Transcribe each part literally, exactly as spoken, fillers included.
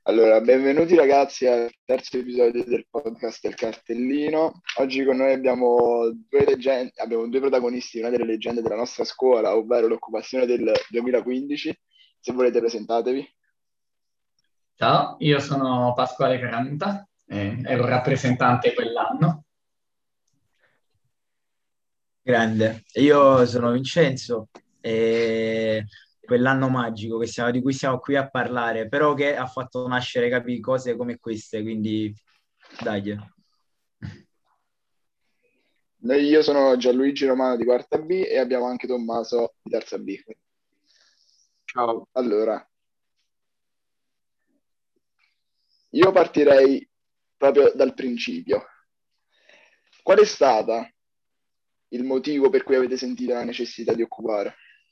Allora, benvenuti ragazzi al terzo episodio del podcast del Cartellino. Oggi con noi abbiamo due leggende, abbiamo due protagonisti, una delle leggende della nostra scuola, ovvero l'occupazione del duemilaquindici. Se volete presentatevi. Ciao, io sono Pasquale Caramuta, eh, ero rappresentante quell'anno. Grande. Io sono Vincenzo e quell'anno magico che stiamo- di cui siamo qui a parlare, però che ha fatto nascere, capi, cose come queste, quindi dai. Noi- Io sono Gianluigi Romano di quarta B e abbiamo anche Tommaso di terza B. Ciao. Allora, io partirei proprio dal principio. Qual è stata il motivo per cui avete sentito la necessità di occupare?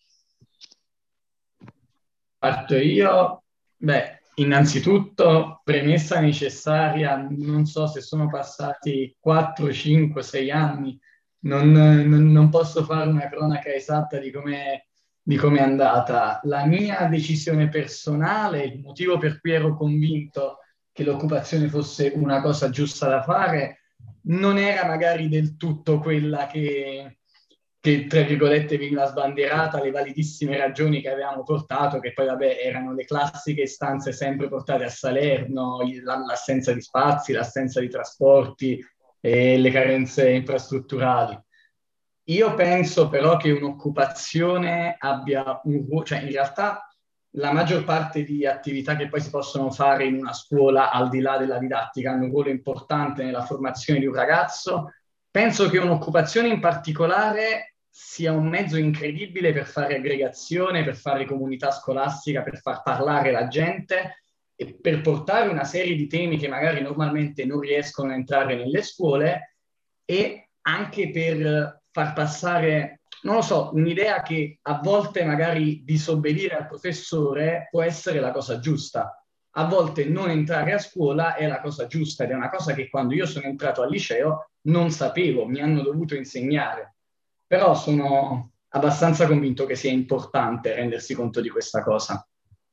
Parto io. Beh, innanzitutto, premessa necessaria, non so se sono passati quattro, cinque, sei anni, non, non- non posso fare una cronaca esatta di come di come è andata. La mia decisione personale, il motivo per cui ero convinto che l'occupazione fosse una cosa giusta da fare, non era magari del tutto quella che, che, tra virgolette, veniva sbandierata, le validissime ragioni che avevamo portato, che poi, vabbè, erano le classiche istanze sempre portate a Salerno, il- la- l'assenza di spazi, l'assenza di trasporti e le carenze infrastrutturali. Io penso però che un'occupazione abbia un ruolo, cioè in realtà la maggior parte di attività che poi si possono fare in una scuola, al di là della didattica, hanno un ruolo importante nella formazione di un ragazzo. Penso che un'occupazione in particolare sia un mezzo incredibile per fare aggregazione, per fare comunità scolastica, per far parlare la gente e per portare una serie di temi che magari normalmente non riescono a entrare nelle scuole e anche per far passare, non lo so, un'idea che a volte magari disobbedire al professore può essere la cosa giusta. A volte non entrare a scuola è la cosa giusta ed è una cosa che quando io sono entrato al liceo non sapevo, mi hanno dovuto insegnare. Però sono abbastanza convinto che sia importante rendersi conto di questa cosa.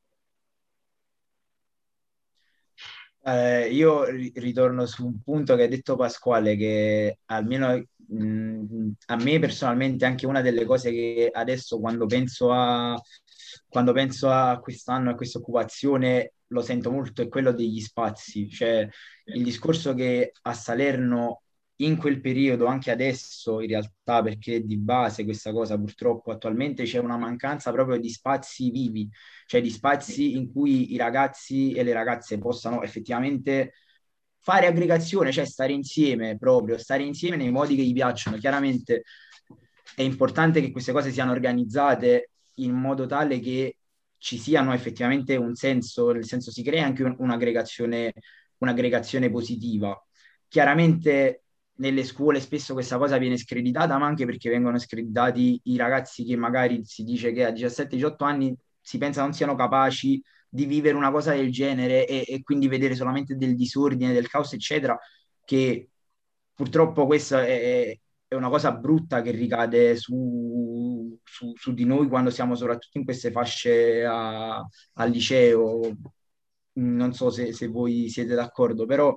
Eh, io ri- ritorno su un punto che ha detto Pasquale, che almeno mh, a me personalmente anche una delle cose che adesso quando penso a, quando penso a quest'anno, a questa occupazione, lo sento molto, è quello degli spazi. Cioè il discorso che a Salerno in quel periodo, anche adesso in realtà, perché di base questa cosa purtroppo attualmente c'è una mancanza proprio di spazi vivi, cioè di spazi in cui i ragazzi e le ragazze possano effettivamente fare aggregazione, cioè stare insieme proprio, stare insieme nei modi che gli piacciono. Chiaramente è importante che queste cose siano organizzate in modo tale che ci siano effettivamente un senso, nel senso si crea anche un- un'aggregazione, un'aggregazione positiva. Chiaramente nelle scuole spesso questa cosa viene screditata, ma anche perché vengono screditati i ragazzi che magari si dice che a diciassette diciotto anni si pensa non siano capaci di vivere una cosa del genere e, e quindi vedere solamente del disordine, del caos, eccetera, che purtroppo questa è, è una cosa brutta che ricade su, su- su di noi quando siamo soprattutto in queste fasce a- al liceo. Non so se, se voi siete d'accordo, però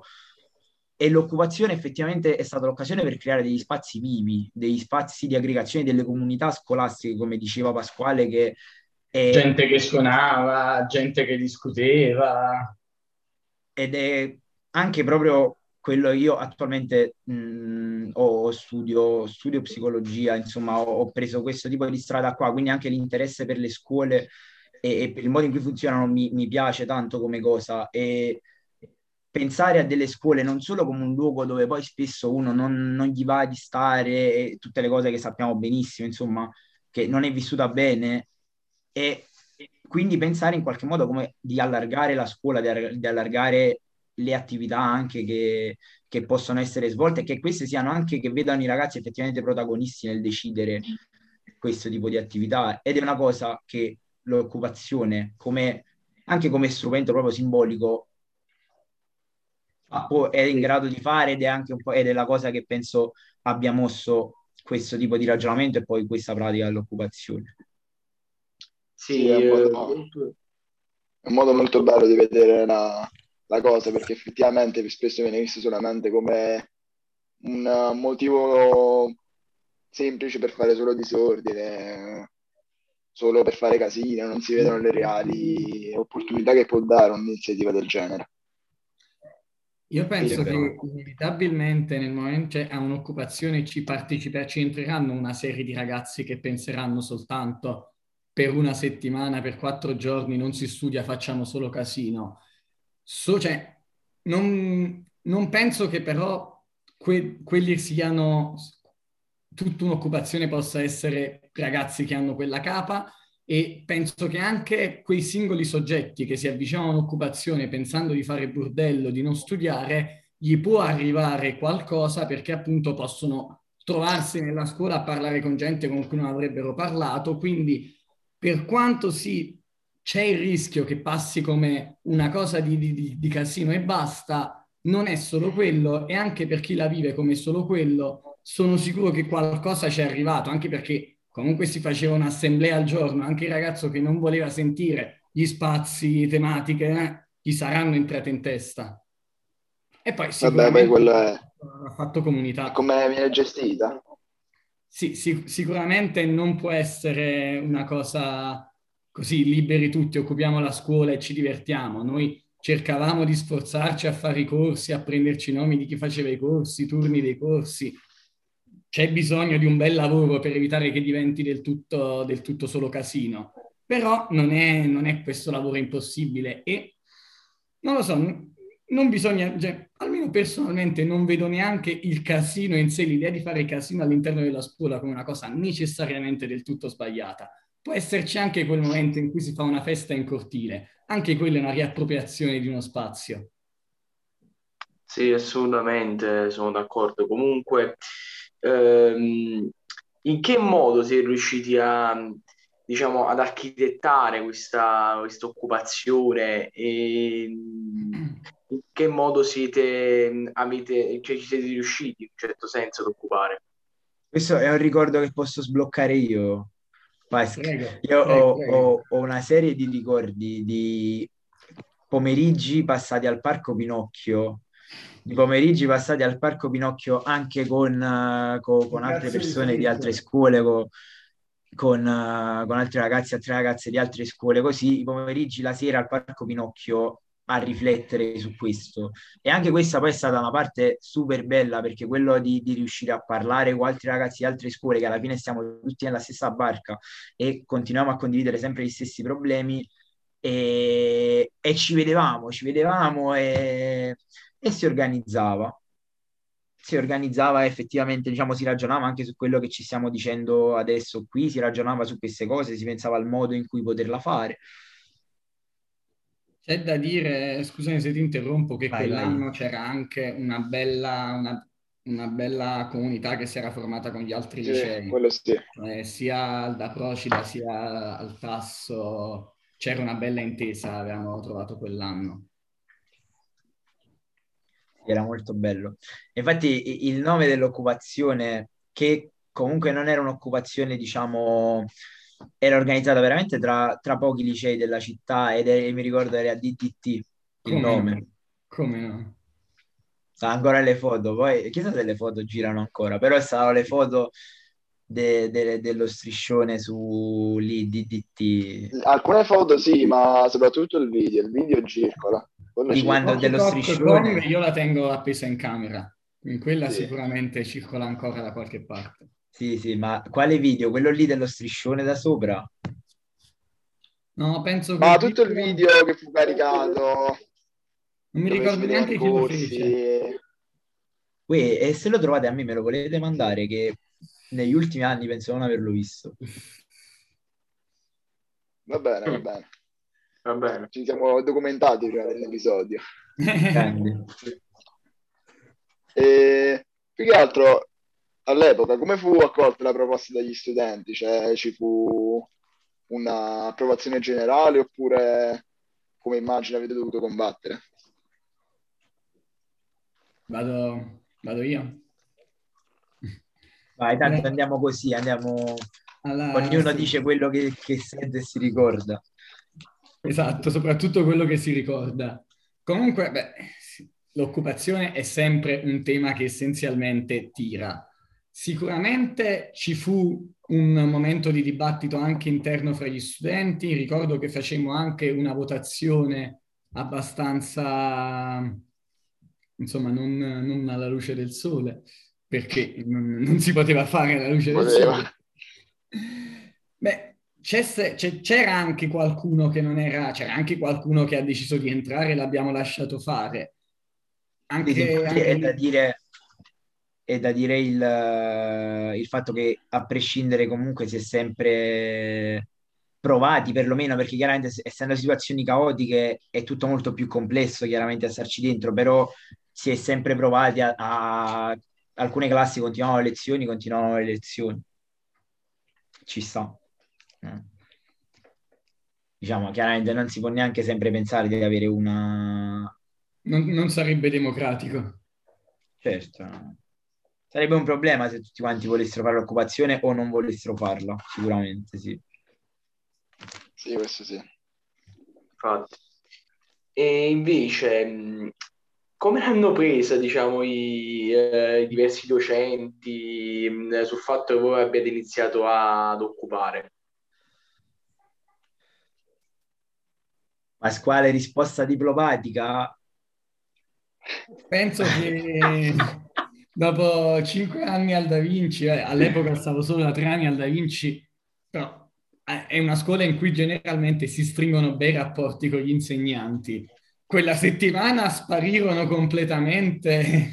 e l'occupazione effettivamente è stata l'occasione per creare degli spazi vivi, degli spazi di aggregazione delle comunità scolastiche, come diceva Pasquale, che è, Gente che suonava, gente che discuteva. ed è anche proprio quello io attualmente mh, ho studio, studio psicologia, insomma ho, ho preso questo tipo di strada qua, quindi anche l'interesse per le scuole e, e per il modo in cui funzionano mi, mi piace tanto come cosa e pensare a delle scuole non solo come un luogo dove poi spesso uno non, non gli va di stare e tutte le cose che sappiamo benissimo, insomma, che non è vissuta bene e quindi pensare in qualche modo come di allargare la scuola, di, allar- di allargare le attività anche che, che possono essere svolte e che queste siano anche che vedano i ragazzi effettivamente protagonisti nel decidere questo tipo di attività ed è una cosa che l'occupazione come anche come strumento proprio simbolico può- è in Sì, grado di fare ed è anche un po' ed è la cosa che penso abbia mosso questo tipo di ragionamento e poi questa pratica dell'occupazione. Sì, sì, è un eh, modo, comunque, È un modo molto bello di vedere la, la cosa, perché effettivamente spesso viene visto solamente come un eh, motivo semplice per fare solo disordine, solo per fare casino, non si vedono le reali opportunità che può dare un'iniziativa del genere. Io Sì, penso è che vero. inevitabilmente nel momento cioè, a un'occupazione ci partecipa, ci entreranno una serie di ragazzi che penseranno soltanto per una settimana, per quattro giorni, non si studia, facciamo solo casino. So, cioè, non, non penso che però que- quelli siano tutta un'occupazione possa essere ragazzi che hanno quella capa e penso che anche quei singoli soggetti che si avvicinano a un'occupazione pensando di fare burdello, di non studiare, gli può arrivare qualcosa perché appunto possono trovarsi nella scuola a parlare con gente con cui non avrebbero parlato, quindi per quanto sì, c'è il rischio che passi come una cosa di, di, di casino e basta, non è solo quello e anche per chi la vive come solo quello, sono sicuro che qualcosa ci è arrivato, anche perché comunque si faceva un'assemblea al giorno, anche il ragazzo che non voleva sentire gli spazi, tematiche, eh, gli saranno entrate in testa. E poi Vabbè, poi sicuramente quello è, ha fatto è comunità. come viene gestita. Sì, sic- sicuramente non può essere una cosa così liberi tutti, occupiamo la scuola e ci divertiamo. Noi cercavamo di sforzarci a fare i corsi, a prenderci i nomi di chi faceva i corsi, i turni dei corsi. C'è bisogno di un bel lavoro per evitare che diventi del tutto, del tutto solo casino. Però non è, non è questo lavoro impossibile e non lo so, n- non bisogna, cioè, almeno personalmente non vedo neanche il casino in sé, l'idea di fare casino all'interno della scuola come una cosa necessariamente del tutto sbagliata. Può esserci anche quel momento in cui si fa una festa in cortile, anche quella è una riappropriazione di uno spazio. Sì, assolutamente, sono d'accordo. Comunque, ehm, in che modo si è riusciti a, diciamo, ad architettare questa, questa occupazione e in che modo siete, avete, cioè, ci siete riusciti in un certo senso ad occupare? Questo è un ricordo che posso sbloccare io, Pask. Prego, Io prego, ho, prego. ho- ho una serie di ricordi di pomeriggi passati al Parco Pinocchio, di pomeriggi passati al Parco Pinocchio anche con, eh, co- con altre Ragazzo di persone di altre frutto. scuole, co- con, eh, con altri ragazzi e altre ragazze di altre scuole, così i pomeriggi, la sera al Parco Pinocchio a riflettere su questo. E anche questa poi è stata una parte super bella perché quello di, di riuscire a parlare con altri ragazzi di altre scuole, che alla fine stiamo tutti nella stessa barca e continuiamo a condividere sempre gli stessi problemi e, e ci vedevamo, ci vedevamo e, e si organizzava. Si organizzava effettivamente, diciamo, si ragionava anche su quello che ci stiamo dicendo adesso qui, si ragionava su queste cose, si pensava al modo in cui poterla fare. C'è da dire, scusami se ti interrompo, che Vai, vai. quell'anno c'era anche una bella, una, una bella comunità che si era formata con gli altri Sì, licei, quello sì. cioè sia al Da Procida sia al Tasso, c'era una bella intesa, avevamo trovato quell'anno. Era molto bello. Infatti i- il nome dell'occupazione, che comunque non era un'occupazione, diciamo, era organizzata veramente tra, tra pochi licei della città ed è- mi ricordo era D D T il Come no? nome. Come no? Sta ancora le foto, poi chissà se le foto girano ancora, però stavano le foto de- de- dello striscione su lì D D T Alcune foto sì, ma soprattutto il video. Il video circola. Quello di quando circola. Pochi dello Talk con, striscione. io la tengo appesa in camera, in quella Sì. sicuramente circola ancora da qualche parte. Sì, sì, ma quale video? Quello lì dello striscione da sopra? No, penso che Ma il tutto il video, video che fu caricato, non mi dove si ricordo vedevano i neanche chi lo fece. corsi. Uè, e se lo trovate a me me lo volete mandare che negli ultimi anni penso di non averlo visto. Va bene, va Mm, bene. va bene. Ci siamo documentati prima dell'episodio. Grandi. E più che altro, all'epoca, come fu accolta la proposta dagli studenti? Cioè, ci fu un'approvazione generale oppure, come immagino, avete dovuto combattere? Vado, vado io. Vai, tanto Beh, andiamo così, andiamo... alla, Ognuno sì. dice quello che, che sente e si ricorda. Esatto, soprattutto quello che si ricorda. Comunque, beh, sì, l'occupazione è sempre un tema che essenzialmente tira. Sicuramente ci fu un momento di dibattito anche interno fra gli studenti. Ricordo che facemmo anche una votazione abbastanza, insomma, non, non alla luce del sole, perché non, non si poteva fare alla luce del Poteva. sole. Beh, c'è se- c'è- c'era anche qualcuno che non era, c'era anche qualcuno che ha deciso di entrare e l'abbiamo lasciato fare. Sì, sì, Anche, infatti anche è da lì. dire, è da dire il, eh, il fatto che a prescindere comunque si è sempre provati perlomeno, perché chiaramente s- essendo situazioni caotiche è tutto molto più complesso chiaramente a starci dentro, però si è sempre provati a, a- alcune classi continuavano le lezioni, continuavano le lezioni. Ci sta. Eh. Diciamo, chiaramente non si può neanche sempre pensare di avere una... Non, non sarebbe democratico. Certo, no. Sarebbe un problema se tutti quanti volessero fare l'occupazione o non volessero farla, sicuramente, sì. Sì, questo sì. Infatti. E invece, mh, come hanno presa, diciamo, i, eh, i diversi docenti, mh, sul fatto che voi abbiate iniziato ad occupare? Pasquale, risposta diplomatica? Penso che dopo cinque anni al Da Vinci, eh, all'epoca stavo solo da tre anni al Da Vinci, però eh, è una scuola in cui generalmente si stringono bei rapporti con gli insegnanti. Quella settimana sparirono completamente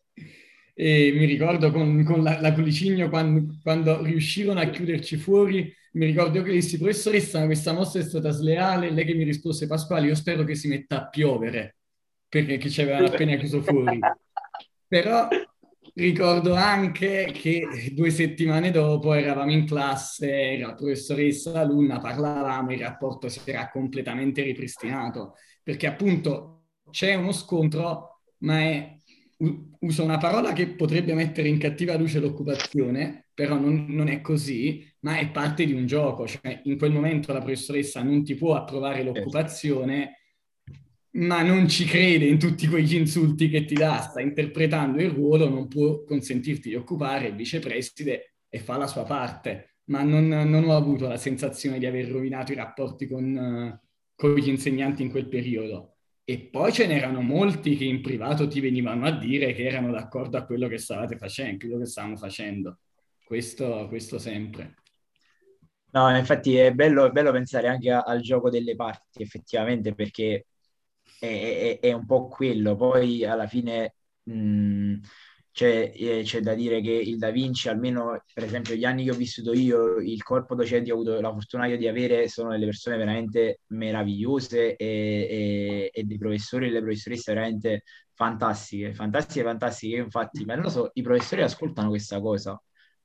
e mi ricordo con, con la, la Culicigno quando, quando riuscirono a chiuderci fuori, mi ricordo io che dissi, professoressa, questa mossa è stata sleale, lei che mi rispose, Pasquale, io spero che si metta a piovere perché che ci avevano appena chiuso fuori. Però ricordo anche che due settimane dopo eravamo in classe, era la professoressa, l'alunna, parlavamo, il rapporto si era completamente ripristinato, perché appunto c'è uno scontro, ma è, uso una parola che potrebbe mettere in cattiva luce l'occupazione, però non, non è così, ma è parte di un gioco, cioè in quel momento la professoressa non ti può approvare Certo. l'occupazione, ma non ci crede in tutti quegli insulti che ti dà, sta interpretando il ruolo, non può consentirti di occupare il vicepreside e fa la sua parte, ma non, non ho avuto la sensazione di aver rovinato i rapporti con, eh, con gli insegnanti in quel periodo. E poi ce n'erano molti che in privato ti venivano a dire che erano d'accordo a quello che stavate facendo, quello che stavamo facendo. Questo, questo sempre. No, infatti è bello, è bello pensare anche a- al gioco delle parti, effettivamente, perché è, è- è un po' quello. Poi alla fine mh, c'è eh, c'è da dire che il Da Vinci, almeno per esempio gli anni che ho vissuto io, il corpo docenti che ho avuto la fortuna io di avere sono delle persone veramente meravigliose e, e- e dei professori e delle professoresse veramente fantastiche, fantastiche, fantastiche. Io infatti, ma non lo so, i professori ascoltano questa cosa.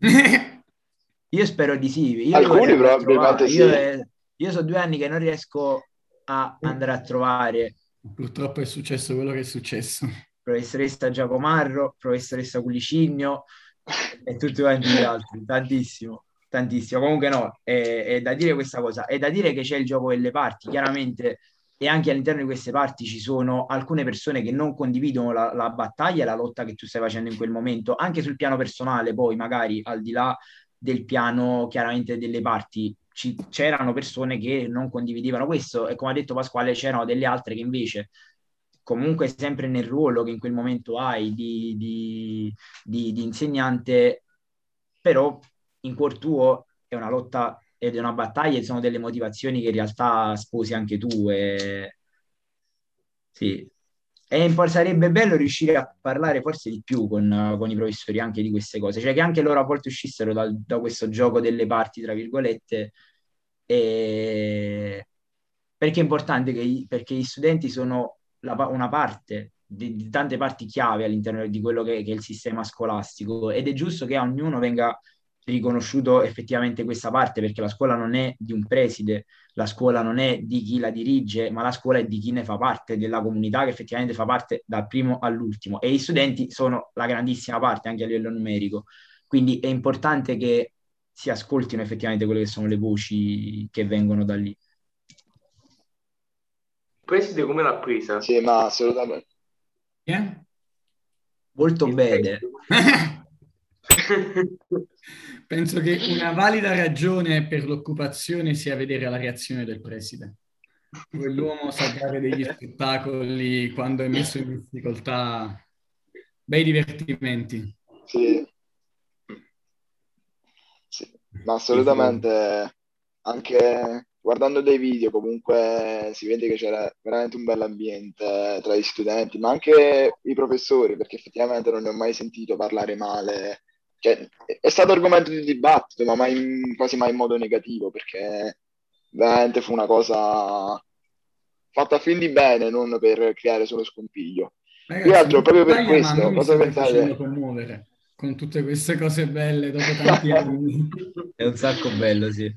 Io spero di sì, io li vorrei Alcuni andare a probabilmente trovare. Io, sì. eh, io so due anni che non riesco a andare a trovare Purtroppo è successo quello che è successo. professoressa Giacomarro, professoressa Culicigno e tutti quanti gli altri, tantissimo, tantissimo. Comunque no, è, è da dire questa cosa, è da dire che c'è il gioco delle parti, chiaramente, e anche all'interno di queste parti ci sono alcune persone che non condividono la, la battaglia e la lotta che tu stai facendo in quel momento, anche sul piano personale, poi magari al di là del piano chiaramente delle parti. Ci, c'erano persone che non condividevano questo e come ha detto Pasquale c'erano delle altre che invece comunque sempre nel ruolo che in quel momento hai di, di, di, di insegnante, però in cuor tuo è una lotta ed è una battaglia e sono delle motivazioni che in realtà sposi anche tu. E... Sì. E un po' sarebbe bello riuscire a parlare forse di più con, con i professori anche di queste cose, cioè che anche loro a volte uscissero dal- da questo gioco delle parti, tra virgolette, e... perché è importante che i- perché gli studenti sono la pa- una parte di, di tante parti chiave all'interno di quello che, che è il sistema scolastico ed è giusto che a ognuno venga riconosciuto effettivamente questa parte perché la scuola non è di un preside, la scuola non è di chi la dirige, ma la scuola è di chi ne fa parte, della comunità che effettivamente fa parte dal primo all'ultimo e gli studenti sono la grandissima parte anche a livello numerico. Quindi è importante che si ascoltino effettivamente quelle che sono le voci che vengono da lì. preside come l'ha presa? Sì, ma assolutamente. Eh? Molto Il bene. preside. Penso che una valida ragione per l'occupazione sia vedere la reazione del preside. Quell'uomo sa dare degli spettacoli quando è messo in difficoltà, bei divertimenti. Sì, sì, ma Tifo. assolutamente anche guardando dei video comunque si vede che c'era veramente un bell'ambiente tra gli studenti, ma anche i professori, perché effettivamente non ne ho mai sentito parlare male. Cioè, è è stato argomento di dibattito, ma mai in- quasi mai in modo negativo, perché veramente fu una cosa fatta fin di bene, non per creare solo scompiglio. Più che Ragazzi, altro, non mi proprio per sbaglia, ma a me questo, mi cosa state facendo pensate? commuovere con tutte queste cose belle dopo tanti anni. È un sacco bello, sì.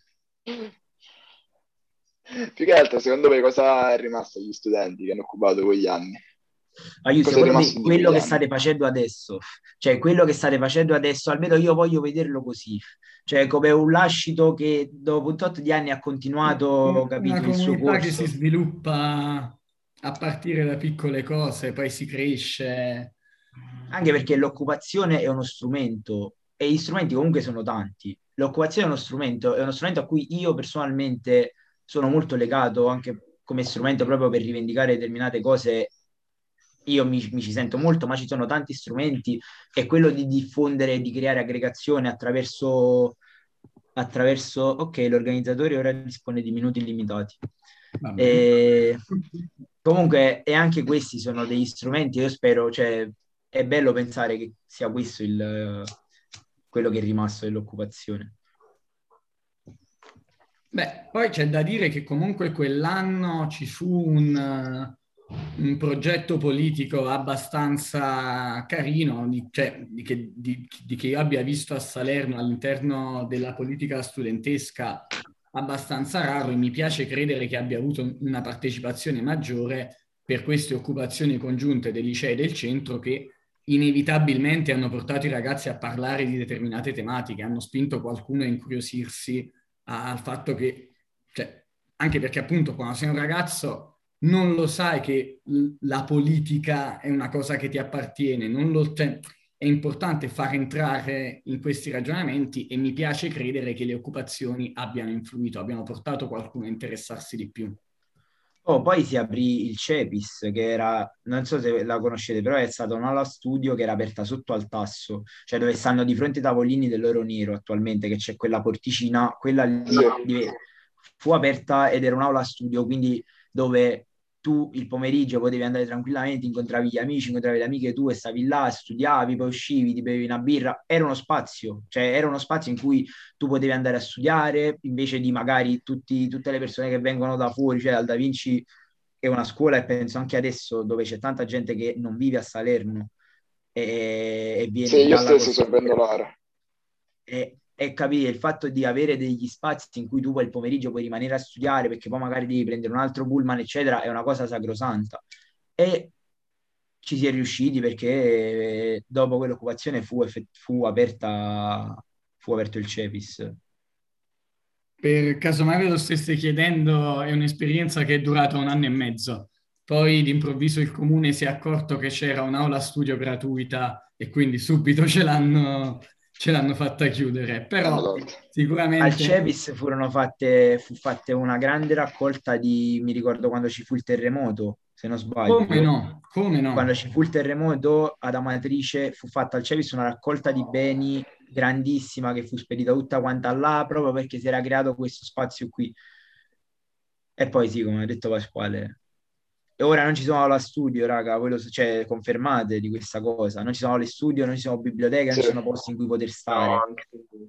Più che altro, secondo me, cosa è rimasto agli studenti che hanno occupato quegli anni? Ma io, Cosa è secondo me, rimasto di quello quegli che anni? state facendo adesso, cioè quello che state facendo adesso, almeno io voglio vederlo così, cioè come un lascito che dopo un tot di anni ha continuato, Una capito, il suo comunità che si corso. sviluppa a partire da piccole cose, poi si cresce. Anche perché l'occupazione è uno strumento e gli strumenti comunque sono tanti. L'occupazione è uno strumento, è uno strumento a cui io personalmente sono molto legato anche come strumento proprio per rivendicare determinate cose. Io mi, mi ci sento molto, ma ci sono tanti strumenti e quello di diffondere, di creare aggregazione attraverso, attraverso, ok, l'organizzatore ora dispone di minuti illimitati. Va bene. E comunque, e anche questi sono degli strumenti, io spero, cioè, è bello pensare che sia questo il, quello che è rimasto dell'occupazione. Beh, poi c'è da dire che comunque quell'anno ci fu un, eh, un progetto politico abbastanza carino, di, cioè, di che, di- di che io abbia visto a Salerno all'interno della politica studentesca abbastanza raro e mi piace credere che abbia avuto una partecipazione maggiore per queste occupazioni congiunte del liceo e del centro che inevitabilmente hanno portato i ragazzi a parlare di determinate tematiche, hanno spinto qualcuno a incuriosirsi al fatto che, cioè, anche perché appunto quando sei un ragazzo non lo sai che l- la politica è una cosa che ti appartiene, non lo, cioè, è importante far entrare in questi ragionamenti e mi piace credere che le occupazioni abbiano influito, abbiano portato qualcuno a interessarsi di più. Oh, poi si aprì il CEPIS, che era, non so se la conoscete, però è stata un'aula studio che era aperta sotto al tasso, cioè dove stanno di fronte ai tavolini dell'Oro Nero attualmente, che c'è quella porticina, quella Sì, lì di- fu aperta ed era un'aula studio, quindi dove tu il pomeriggio potevi andare tranquillamente, incontravi gli amici, incontravi le amiche tue, stavi là, studiavi, poi uscivi, ti bevi una birra, era uno spazio, cioè era uno spazio in cui tu potevi andare a studiare invece di magari tutti, tutte le persone che vengono da fuori, cioè al Da Vinci è una scuola e penso anche adesso dove c'è tanta gente che non vive a Salerno e, e sì, viene io dalla stesso so costiera pendolare. e, e capire il fatto di avere degli spazi in cui tu poi il pomeriggio puoi rimanere a studiare perché poi magari devi prendere un altro pullman eccetera è una cosa sacrosanta e ci si è riusciti perché dopo quell'occupazione fu, effe- fu aperta fu aperto il CEPIS. Per caso mai ve lo stesse chiedendo, è un'esperienza che è durata un anno e mezzo. Poi d'improvviso il comune si è accorto che c'era un'aula studio gratuita e quindi subito ce l'hanno ce l'hanno fatta chiudere. Hanno Però tolto. Al sicuramente, CEPIS furono fatte, fu fatta una grande raccolta di, mi ricordo quando ci fu il terremoto, se non come sbaglio, no, come quando no? ci fu il terremoto ad Amatrice fu fatta al CEPIS una raccolta di beni grandissima che fu spedita tutta quanta là proprio perché si era creato questo spazio qui. E poi sì, come ha detto Pasquale, e ora non ci sono aula studio, raga, voi lo, so- cioè, confermate di questa cosa, non ci sono aule studio, non ci sono biblioteche, non Sì. ci sono posti in cui poter No, stare. anche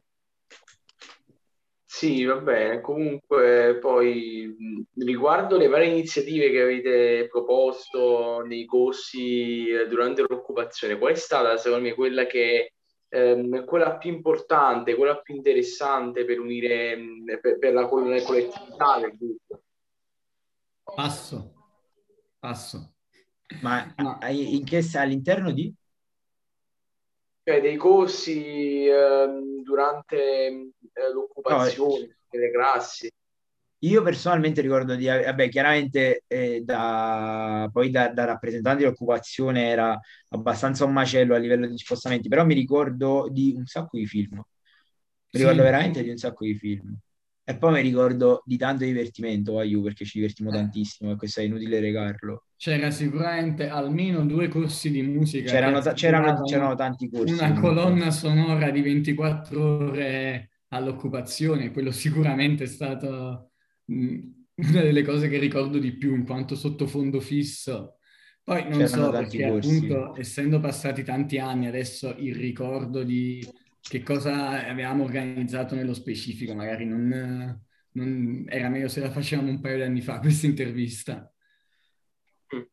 sì, va bene. Comunque, poi mh, riguardo le varie iniziative che avete proposto nei corsi eh, durante l'occupazione, qual è stata, secondo me, quella che ehm, quella più importante, quella più interessante per unire mh, per, per la co- la collettività del gruppo? Passo, passo. Ma a- No. a- in che, all'interno di? Cioè, dei corsi ehm, durante eh, No, l'occupazione, delle classi. Io personalmente ricordo di, vabbè, chiaramente eh, da, poi da, da rappresentante dell'occupazione era abbastanza un macello a livello di spostamenti, però mi ricordo di un sacco di film, mi ricordo Sì, veramente di un sacco di film. E poi mi ricordo di tanto divertimento, aiù, perché ci divertimmo eh, tantissimo e questo è inutile regarlo. c'era sicuramente almeno due corsi di musica che C'erano, ta- c'erano, c'erano assicuravano tanti corsi una comunque. colonna sonora di ventiquattro ore all'occupazione. Quello sicuramente è stato mh, una delle cose che ricordo di più in quanto sottofondo fisso. Poi non C'erano so tanti perché corsi. appunto essendo passati tanti anni adesso il ricordo di che cosa avevamo organizzato nello specifico magari non, non- era meglio se la facevamo un paio di anni fa questa intervista. Mm.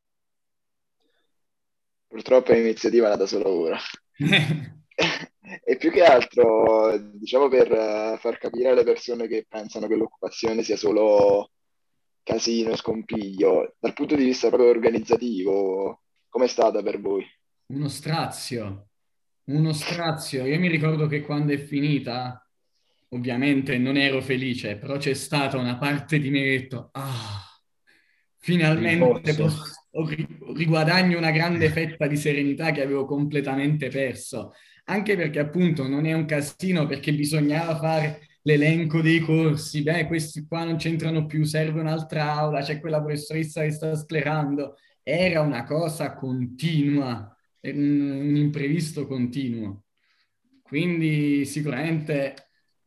Purtroppo è un'iniziativa nata solo ora. E più che altro, diciamo, per eh, far capire alle persone che pensano che l'occupazione sia solo casino e scompiglio, dal punto di vista proprio organizzativo, com'è stata per voi? Uno strazio, uno strazio. Io mi ricordo che quando è finita, ovviamente non ero felice, però c'è stata una parte di me che ha detto, ah, finalmente Riposo. posso- ri- riguadagno una grande fetta di serenità che avevo completamente perso. Anche perché appunto non è un casino, perché bisognava fare l'elenco dei corsi, beh, questi qua non c'entrano più, serve un'altra aula, c'è quella professoressa che sta sclerando. Era una cosa continua, era un, un imprevisto continuo. Quindi sicuramente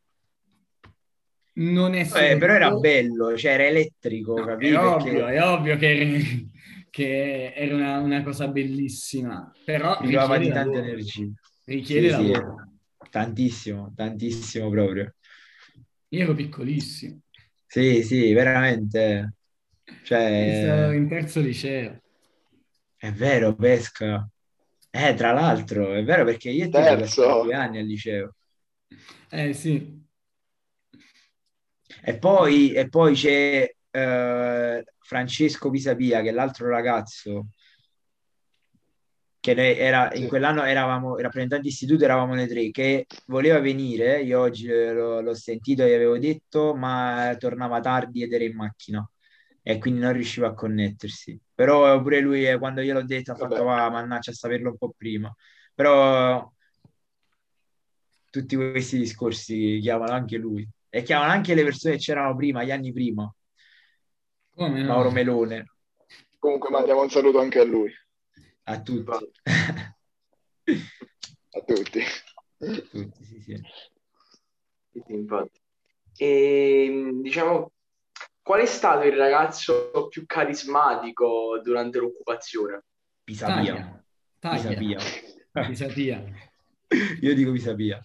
non è Eh, però era solo... bello, cioè era elettrico, No, è capì? ovvio, Perché è ovvio che, che era una, una cosa bellissima, però privava richiede di tante lavoro, energie. richiede Sì, sì, lavoro. tantissimo, tantissimo proprio. Io ero piccolissimo, Sì, sì, veramente. io stavo Cioè, in terzo liceo. è vero, pesca. Eh, tra l'altro, è vero perché io e te siamo passati Terzo, due anni al liceo. Eh sì, E poi, e poi c'è eh, Francesco Pisapia, che è l'altro ragazzo, che ne- era, in sì, quell'anno eravamo rappresentanti di istituto, eravamo noi tre, che voleva venire, io oggi eh, l'ho, l'ho sentito e gli avevo detto, ma tornava tardi ed era in macchina e quindi non riusciva a connettersi. Però pure lui, eh, quando gliel'ho detto, ha fatto, vabbè, va, mannaggia, a saperlo un po' prima. Però tutti questi discorsi chiamano anche lui e chiamano anche le persone che c'erano prima, gli anni prima, come no? Mauro Melone, comunque mandiamo un saluto anche a lui, a tutti. Infatti, a tutti. A tutti, sì, sì. sì, sì, infatti. E diciamo, qual è stato il ragazzo più carismatico durante l'occupazione? Pisapia, Taglia, taglia, Pisapia. ti sapia. Io dico Pisapia.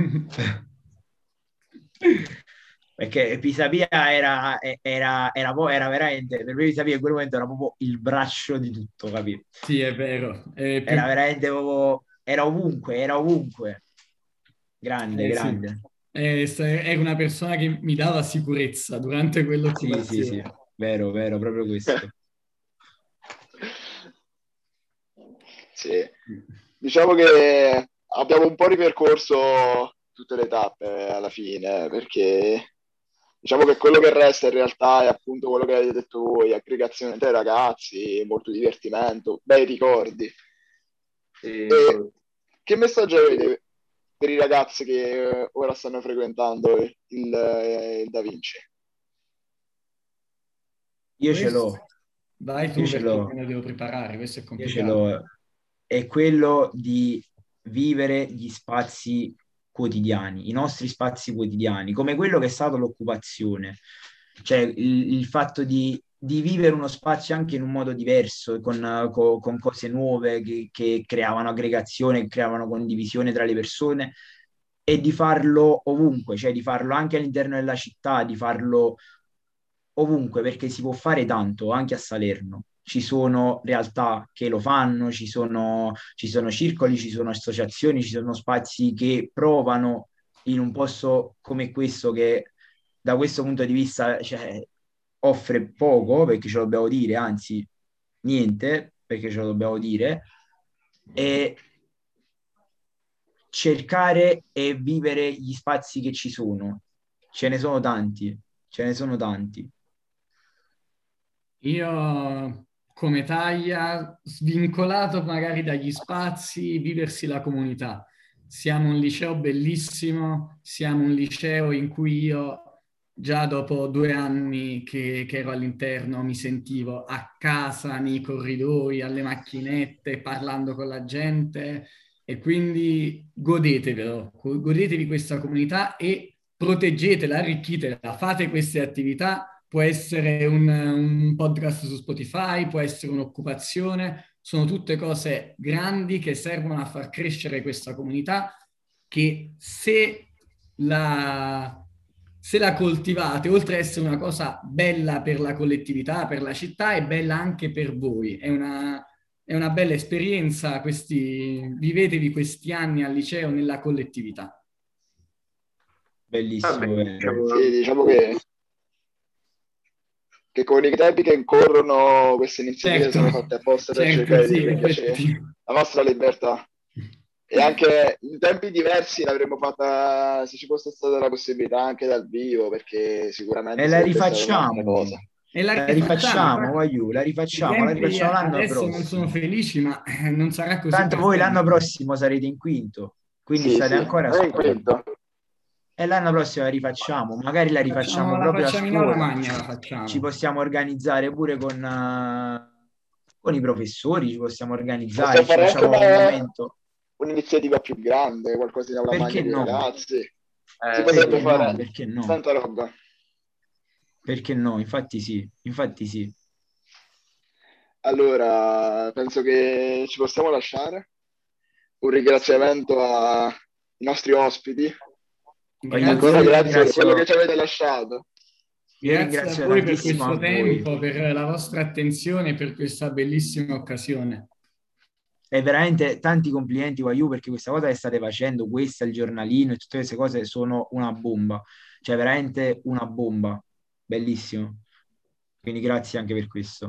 Perché Pisapia era, era, era, po- era veramente, per me Pisapia in quel momento era proprio il braccio di tutto, capito? Sì, è vero. È Era più... veramente proprio, era ovunque, era ovunque. Grande, eh, sì. grande. È, è una persona che mi dava sicurezza durante Sì, sì, sì, quell'occupazione. vero, vero, proprio questo. Sì. Diciamo che abbiamo un po' ripercorso tutte le tappe alla fine, perché diciamo che quello che resta in realtà è appunto quello che avete detto voi, aggregazione tra i ragazzi, molto divertimento, bei ricordi. Sì, E infatti. che messaggio avete per i ragazzi che eh, ora stanno frequentando il, eh, il Da Vinci? Io ce l'ho, Questo, vai io tu ce perché l'ho. me lo devo preparare, questo è Io ce complicato. l'ho, è quello di vivere gli spazi quotidiani, i nostri spazi quotidiani, come quello che è stato l'occupazione, cioè il, il fatto di, di vivere uno spazio anche in un modo diverso, con, co- con cose nuove che, che creavano aggregazione, che creavano condivisione tra le persone e di farlo ovunque, cioè di farlo anche all'interno della città, di farlo ovunque, perché si può fare tanto, anche a Salerno. Ci sono realtà che lo fanno, ci sono, ci sono circoli, ci sono associazioni, ci sono spazi che provano in un posto come questo che da questo punto di vista cioè, offre poco, perché ce lo dobbiamo dire, anzi niente, perché ce lo dobbiamo dire, e cercare e vivere gli spazi che ci sono. Ce ne sono tanti, ce ne sono tanti. Io come taglia, svincolato magari dagli spazi, viversi la comunità. Siamo un liceo bellissimo, siamo un liceo in cui io già dopo due anni che, che ero all'interno mi sentivo a casa, nei corridoi, alle macchinette, parlando con la gente e quindi godetevelo, godetevi questa comunità e proteggetela, arricchitela, fate queste attività. Può essere un, un podcast su Spotify, può essere un'occupazione, sono tutte cose grandi che servono a far crescere questa comunità che se la, se la coltivate, oltre ad essere una cosa bella per la collettività, per la città, è bella anche per voi. È una, è una bella esperienza, questi, vivetevi questi anni al liceo nella collettività. Bellissimo. Vabbè, vero. diciamo, Sì, diciamo che, che con i tempi che corrono queste iniziative Certo, sono fatte apposta per certo, cercare sì, di renderci effettivamente. la nostra libertà. E anche in tempi diversi l'avremmo fatta se ci fosse stata la possibilità anche dal vivo, perché sicuramente E la sarebbe stata un'altra rifacciamo. cosa. E la La rifacciamo, rifacciamo, infatti. voglio, la I rifacciamo, la tempi rifacciamo l'anno adesso non sono prossimo. felici, ma eh, non sarà così Tanto per voi l'anno sempre. prossimo sarete in quinto, quindi Sì, state sì, ancora a noi in scuola. quinto. E l'anno prossimo la rifacciamo, magari la Facciamo, rifacciamo la proprio a facciamo in aula scuola. magna, la Ci facciamo. possiamo organizzare pure con, eh, con i professori, ci possiamo organizzare, Possiamo ci fare anche facciamo un una, momento. un'iniziativa più grande, qualcosa in aula magna Perché di no? ragazzi. Si eh, potrebbe Perché sì. no? fare Perché no? tanta roba. Perché no? Infatti sì, infatti sì. Allora, penso che ci possiamo lasciare. Un Sì. ringraziamento ai nostri ospiti. Voglio- io Ancora Grazie, grazie per quello che ringrazio, ci avete lasciato. io grazie a ringrazio voi per tantissimo a questo voi. tempo, per la vostra attenzione e per questa bellissima occasione. E veramente tanti complimenti, Waiu, perché questa cosa che state facendo, questa, il giornalino e tutte queste cose sono una bomba. Cioè, veramente una bomba. Bellissimo. Quindi grazie anche per questo.